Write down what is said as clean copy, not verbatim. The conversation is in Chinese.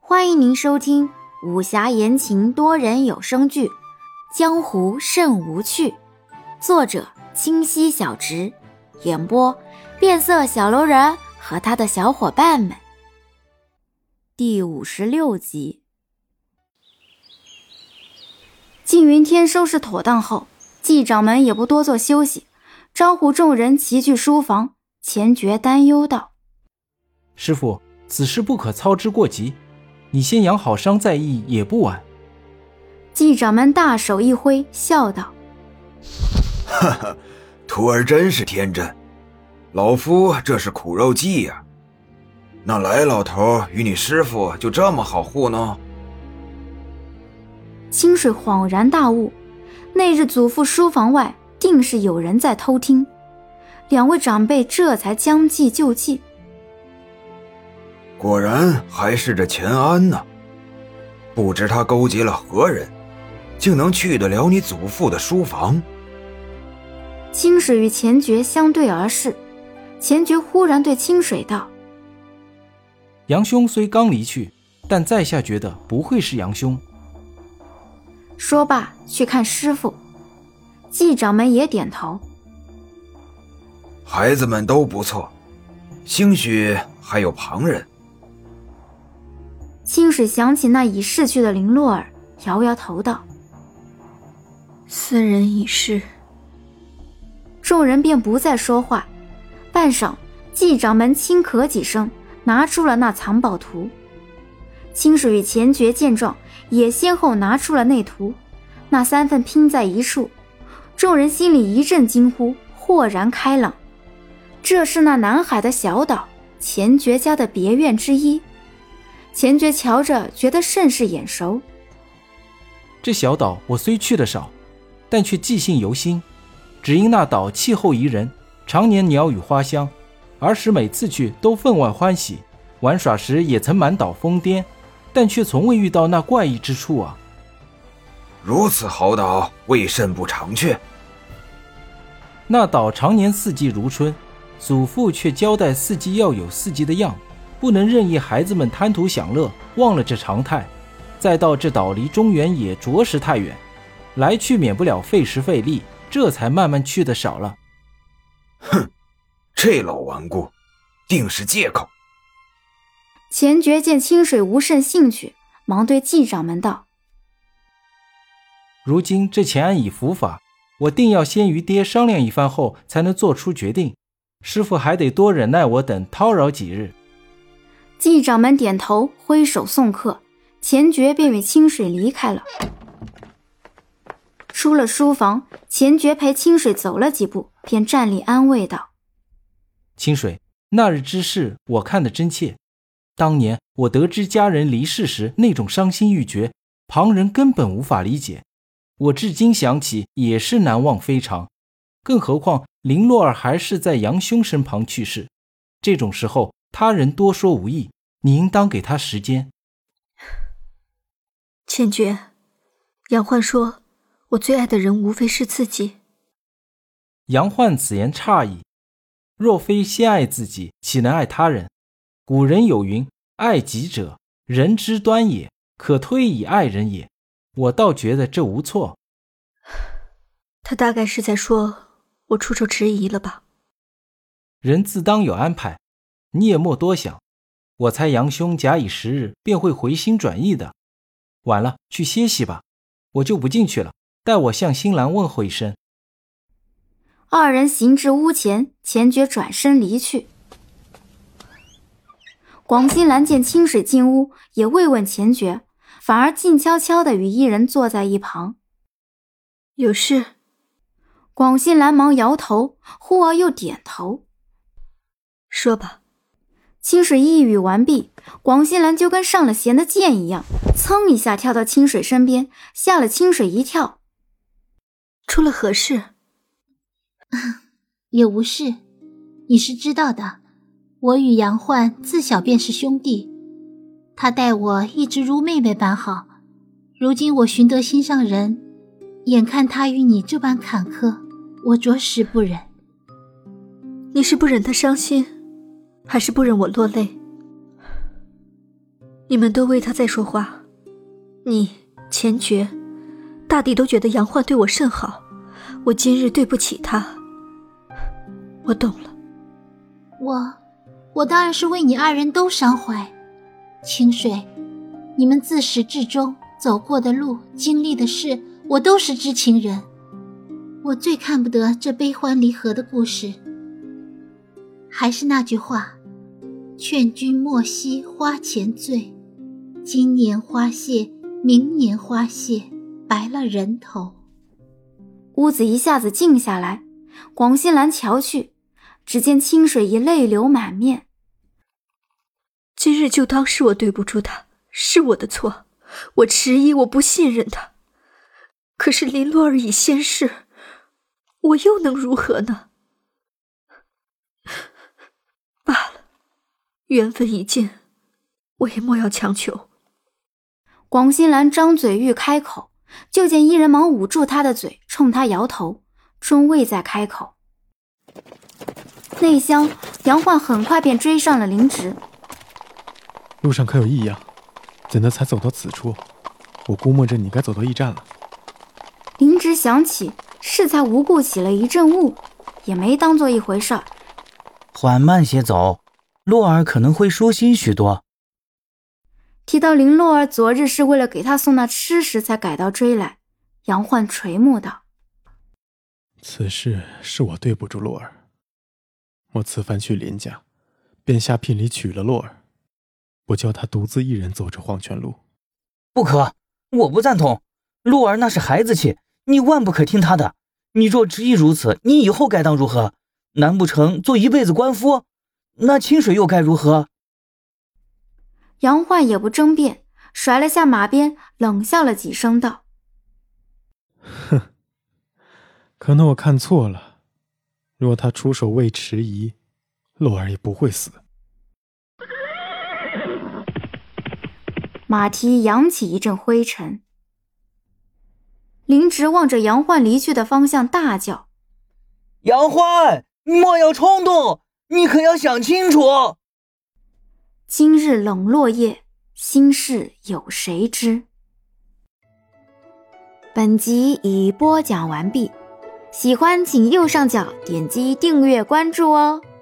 欢迎您收听武侠言情多人有声剧《江湖甚无趣》，作者清溪小直，演播变色小楼人和他的小伙伴们。第56集。静云天收拾妥当后，季掌门也不多做休息，招呼众人齐聚书房。钱觉担忧道： 师父，此事不可操之过急，你先养好伤再议也不晚。 季掌门大手一挥，笑道： 哈哈，徒儿真是天真，老夫这是苦肉计呀。那来老头与你师父就这么好糊弄？ 清水恍然大悟，那日祖父书房外定是有人在偷听，两位长辈这才将计就计。 果然还是这钱安呢，不知他勾结了何人，竟能去得了你祖父的书房。 清水与钱觉相对而视，钱觉忽然对清水道： 杨兄虽刚离去，但在下觉得不会是杨兄。 说罢去看师父，季掌门也点头： 孩子们都不错，兴许还有旁人。 清水想起那已逝去的林洛儿，摇摇头道： 斯人已逝。 众人便不再说话。半晌，季掌门轻咳几声，拿出了那藏宝图。清水与钱觉见状，也先后拿出了内图，那三份拼在一处，众人心里一阵惊呼，豁然开朗。这是那南海的小岛，钱觉家的别院之一。钱觉瞧着觉得甚是眼熟。 这小岛我虽去得少，但却记性犹新，只因那岛气候宜人，常年鸟语花香，儿时每次去都分外欢喜，玩耍时也曾满岛疯癫，但却从未遇到那怪异之处啊。 如此好岛，为甚不常去？ 那岛常年四季如春，祖父却交代四季要有四季的样，不能任意孩子们贪图享乐，忘了这常态。再到这岛离中原也着实太远，来去免不了费时费力，这才慢慢去的少了。 哼，这老顽固，定是借口。 钱觉见清水无甚兴趣，忙对季掌门道： 如今这钱安已伏法，我定要先与爹商量一番后才能做出决定，师父还得多忍耐我等叨扰几日。 季掌门点头，挥手送客，钱觉便与清水离开了。出了书房，钱觉陪清水走了几步，便站立安慰道： 清水，那日之事我看得真切，当年我得知家人离世时那种伤心欲绝，旁人根本无法理解，我至今想起也是难忘非常，更何况林洛儿还是在杨兄身旁去世，这种时候他人多说无益，你应当给他时间。 钱觉，杨焕说我最爱的人无非是自己。 杨焕此言差矣，若非先爱自己，岂能爱他人？古人有云，爱己者人之端也，可推以爱人也，我倒觉得这无错。 他大概是在说我出手迟疑了吧。 人自当有安排，你也莫多想，我猜杨兄假以时日便会回心转意的。晚了，去歇息吧，我就不进去了，待我向新兰问候一声。 二人行至屋前，钱觉转身离去。广新兰见清水进屋，也未问钱觉，反而静悄悄地与一人坐在一旁。 有事？ 广新兰忙摇头，忽而又点头。 说吧。 清水一语完毕，广新兰就跟上了弦的箭一样，噌一下跳到清水身边，吓了清水一跳。 出了何事？ 也无事，你是知道的，我与杨焕自小便是兄弟，他待我一直如妹妹般好，如今我寻得心上人，眼看他与你这般坎坷，我着实不忍。 你是不忍他伤心，还是不忍我落泪？ 你们都为他在说话，你钱爵大抵都觉得杨焕对我甚好，我今日对不起他。我懂了。 我当然是为你二人都伤怀。清水，你们自始至终走过的路，经历的事，我都是知情人。我最看不得这悲欢离合的故事。还是那句话，劝君莫惜花前醉，今年花谢，明年花谢，白了人头。 屋子一下子静下来，广兴兰瞧去，只见清水已泪流满面。 今日就当是我对不住他，是我的错，我迟疑，我不信任他。可是林洛儿已先逝，我又能如何呢？罢了，缘分已尽，我也莫要强求。 广兴兰张嘴欲开口，就见一人忙捂住他的嘴，冲他摇头，终未再开口。内厢杨焕很快便追上了林直。 路上可有异样？怎的才走到此处？我估摸着你该走到驿站了。 林直想起适才无故起了一阵雾，也没当作一回事儿。 缓慢些走，洛儿可能会舒心许多。 提到林洛儿昨日是为了给他送那吃食才改道追来，杨焕垂目道： 此事是我对不住洛儿，我此番去林家，便下聘礼娶了洛儿，不叫他独自一人走这黄泉路。 不可，我不赞同。洛儿那是孩子气，你万不可听他的。你若执意如此，你以后该当如何？难不成做一辈子官夫？那清水又该如何？ 杨焕也不争辩，甩了下马鞭，冷笑了几声道： 哼，可能我看错了，若他出手未迟疑，洛儿也不会死。 马蹄扬起一阵灰尘。林直望着杨焕离去的方向大叫： 杨焕，莫要冲动，你可要想清楚。 今日冷落叶，心事有谁知？本集已播讲完毕，喜欢请右上角点击订阅关注哦。